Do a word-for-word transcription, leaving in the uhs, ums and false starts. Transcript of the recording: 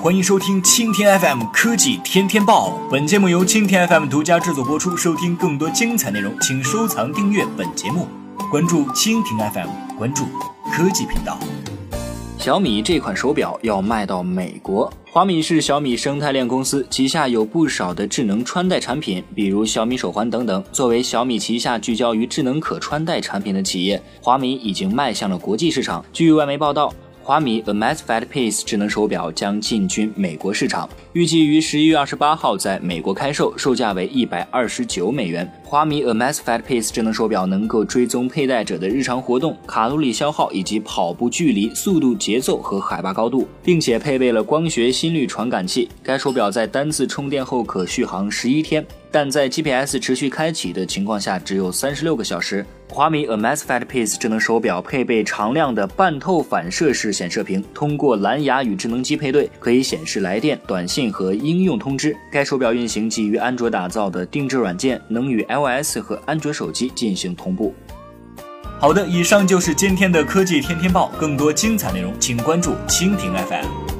欢迎收听蜻蜓 F M 科技天天报。本节目由蜻蜓 F M 独家制作播出。收听更多精彩内容，请收藏订阅本节目，关注蜻蜓 F M， 关注科技频道。 小米这款手表要卖到美国。华米是小米生态链公司，旗下有不少的智能穿戴产品，比如小米手环等等。作为小米旗下聚焦于智能可穿戴产品的企业，华米已经迈向了国际市场。据外媒报道，华米 Amazfit Peace 智能手表将进军美国市场，预计于十一月二十八号在美国开售，售价为一百二十九美元。华米 Amazfit Peace 智能手表能够追踪佩戴者的日常活动、卡路里消耗以及跑步距离、速度、节奏和海拔高度，并且配备了光学心率传感器。该手表在单次充电后可续航十一天，但在 G P S 持续开启的情况下只有三十六个小时。华米 Amazfit Peace 智能手表配备常亮的半透反射式显示屏，通过蓝牙与智能机配对，可以显示来电、短信和应用通知。该手表运行基于安卓打造的定制软件，能与 iOS 和安卓手机进行同步。 好的，以上就是今天的科技天天报，更多精彩内容请关注蜻蜓 F M。